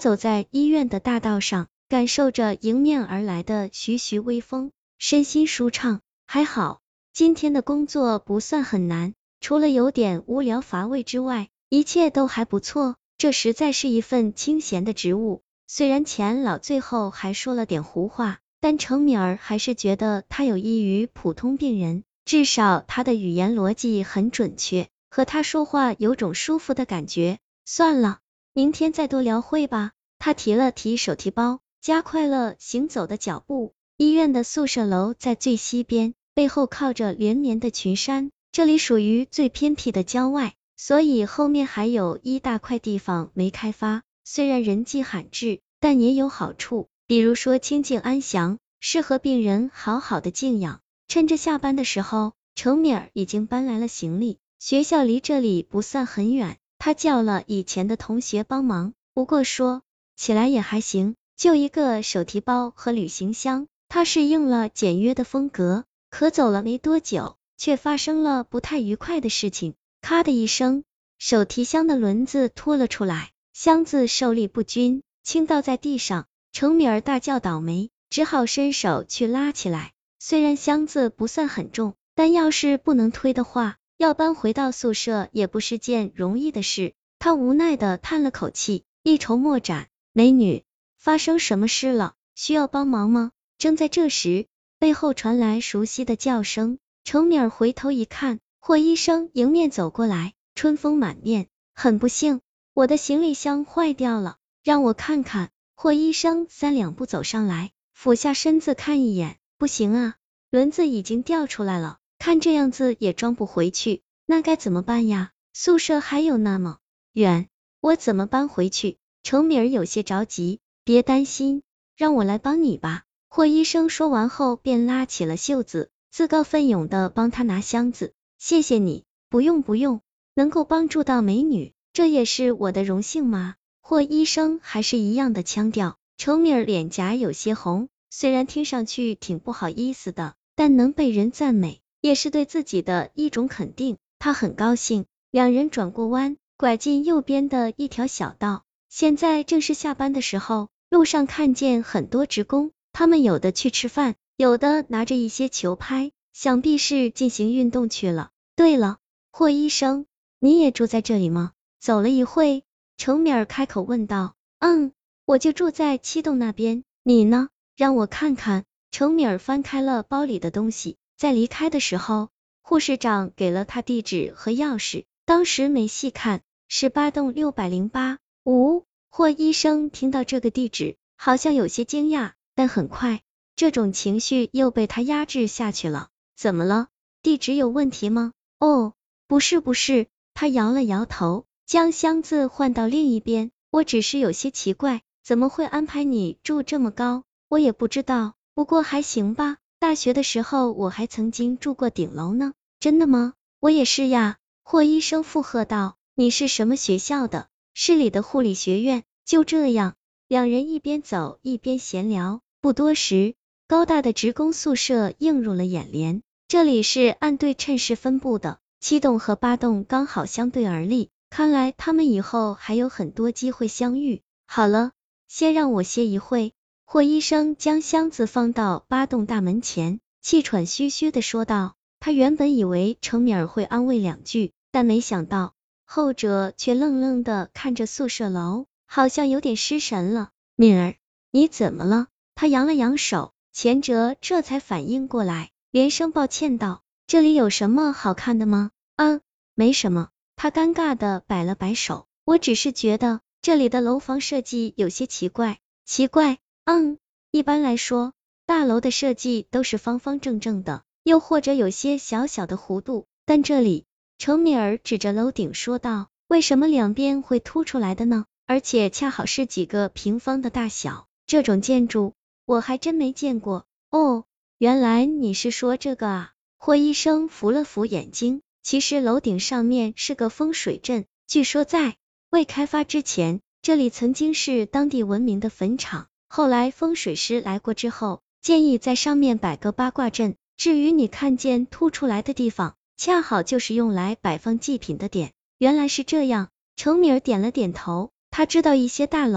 走在医院的大道上，感受着迎面而来的徐徐微风，身心舒畅。还好，今天的工作不算很难，除了有点无聊乏味之外，一切都还不错。这实在是一份清闲的职务。虽然钱老最后还说了点胡话，但程敏儿还是觉得他有益于普通病人，至少他的语言逻辑很准确，和他说话有种舒服的感觉。算了，明天再多聊会吧。他提了提手提包，加快了行走的脚步。医院的宿舍楼在最西边，背后靠着连绵的群山，这里属于最偏僻的郊外，所以后面还有一大块地方没开发。虽然人迹罕至，但也有好处，比如说清静安详，适合病人好好的静养。趁着下班的时候，程敏儿已经搬来了行李，学校离这里不算很远，他叫了以前的同学帮忙，不过说起来也还行，就一个手提包和旅行箱，他适应了简约的风格。可走了没多久，却发生了不太愉快的事情。咔的一声，手提箱的轮子拖了出来，箱子受力不均，倾倒在地上。程敏儿大叫倒霉，只好伸手去拉起来。虽然箱子不算很重，但要是不能推的话，要搬回到宿舍也不是件容易的事。他无奈的叹了口气，一筹莫展。美女，发生什么事了？需要帮忙吗？正在这时，背后传来熟悉的叫声。程敏儿回头一看，霍医生迎面走过来，春风满面。很不幸，我的行李箱坏掉了，让我看看。霍医生3两步走上来，俯下身子看一眼。不行啊，轮子已经掉出来了，看这样子也装不回去，那该怎么办呀？宿舍还有那么远，我怎么搬回去？程敏儿有些着急。别担心，让我来帮你吧。霍医生说完后便拉起了袖子，自告奋勇的帮他拿箱子。谢谢你。不用不用，能够帮助到美女，这也是我的荣幸嘛。霍医生还是一样的腔调。程敏儿脸颊有些红，虽然听上去挺不好意思的，但能被人赞美也是对自己的一种肯定，她很高兴。两人转过弯，拐进右边的一条小道。现在正是下班的时候，路上看见很多职工，他们有的去吃饭，有的拿着一些球拍，想必是进行运动去了。对了，霍医生，你也住在这里吗？走了一会，程敏儿开口问道。我就住在7栋那边，你呢？让我看看。程敏儿翻开了包里的东西，在离开的时候，护士长给了他地址和钥匙，当时没细看，是8栋608。霍医生听到这个地址，好像有些惊讶，但很快，这种情绪又被他压制下去了。怎么了？地址有问题吗？哦，不是，他摇了摇头，将箱子换到另一边。我只是有些奇怪，怎么会安排你住这么高？我也不知道，不过还行吧。大学的时候我还曾经住过顶楼呢。真的吗？我也是呀。霍医生附和道。你是什么学校的？市里的护理学院。就这样，两人一边走一边闲聊。不多时，高大的职工宿舍映入了眼帘。这里是按对称式分布的，7栋和8栋刚好相对而立，看来他们以后还有很多机会相遇。好了，先让我歇一会。霍医生将箱子放到8栋大门前，气喘吁吁的说道。他原本以为程敏儿会安慰2句，但没想到后者却愣愣的看着宿舍楼，好像有点失神了。敏儿，你怎么了？他扬了扬手，前者这才反应过来，连声抱歉道。这里有什么好看的吗？没什么。他尴尬的摆了摆手，我只是觉得这里的楼房设计有些奇怪。奇怪？一般来说，大楼的设计都是方方正正的，又或者有些小小的弧度，但这里，程敏儿指着楼顶说道，为什么两边会凸出来的呢？而且恰好是几个平方的大小，这种建筑我还真没见过。哦，原来你是说这个啊。霍医生扶了扶眼睛，其实楼顶上面是个风水阵，据说在未开发之前，这里曾经是当地闻名的坟场，后来风水师来过之后，建议在上面摆个八卦阵，至于你看见凸出来的地方，恰好就是用来摆放祭品的点。原来是这样。程敏儿点了点头，他知道一些大楼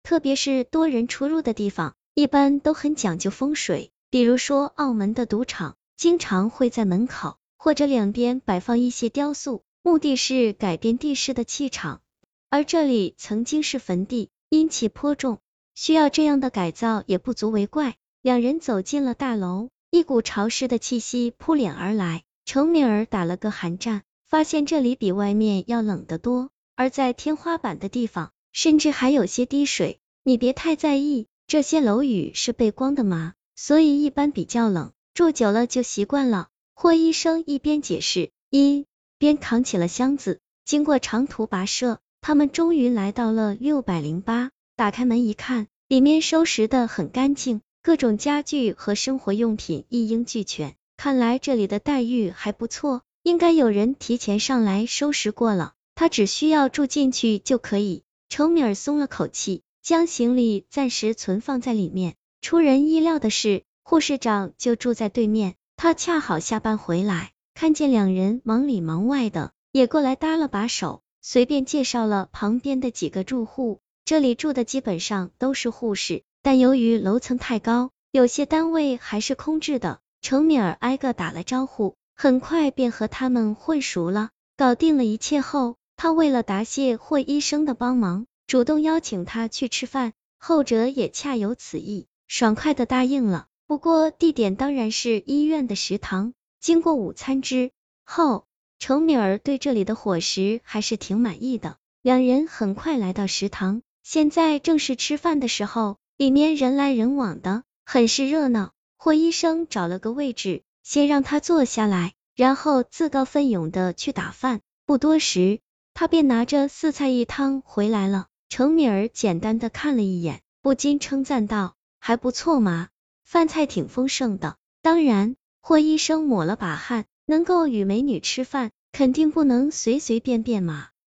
特别是多人出入的地方，一般都很讲究风水。比如说澳门的赌场，经常会在门口或者两边摆放一些雕塑，目的是改变地势的气场。而这里曾经是坟地，阴气颇重，需要这样的改造也不足为怪。两人走进了大楼，一股潮湿的气息扑脸而来，程敏儿打了个寒战，发现这里比外面要冷得多，而在天花板的地方，甚至还有些滴水。你别太在意，这些楼宇是背光的嘛，所以一般比较冷，住久了就习惯了。霍医生一边解释，一边扛起了箱子。经过长途跋涉，他们终于来到了608，打开门一看，里面收拾得很干净，各种家具和生活用品一应俱全，看来这里的待遇还不错，应该有人提前上来收拾过了，他只需要住进去就可以。程敏儿松了口气，将行李暂时存放在里面。出人意料的是，护士长就住在对面，他恰好下班回来，看见两人忙里忙外的，也过来搭了把手，随便介绍了旁边的几个住户。这里住的基本上都是护士，但由于楼层太高，有些单位还是空置的。程敏儿挨个打了招呼，很快便和他们混熟了。搞定了一切后，他为了答谢霍医生的帮忙，主动邀请他去吃饭，后者也恰有此意，爽快的答应了。不过地点当然是医院的食堂。经过午餐之后，程敏儿对这里的伙食还是挺满意的。两人很快来到食堂，现在正是吃饭的时候，里面人来人往的，很是热闹。霍医生找了个位置，先让他坐下来，然后自告奋勇的去打饭。不多时，他便拿着4菜1汤回来了。程敏儿简单的看了一眼，不禁称赞道，还不错嘛，饭菜挺丰盛的。当然，霍医生抹了把汗，能够与美女吃饭，肯定不能随随便便嘛。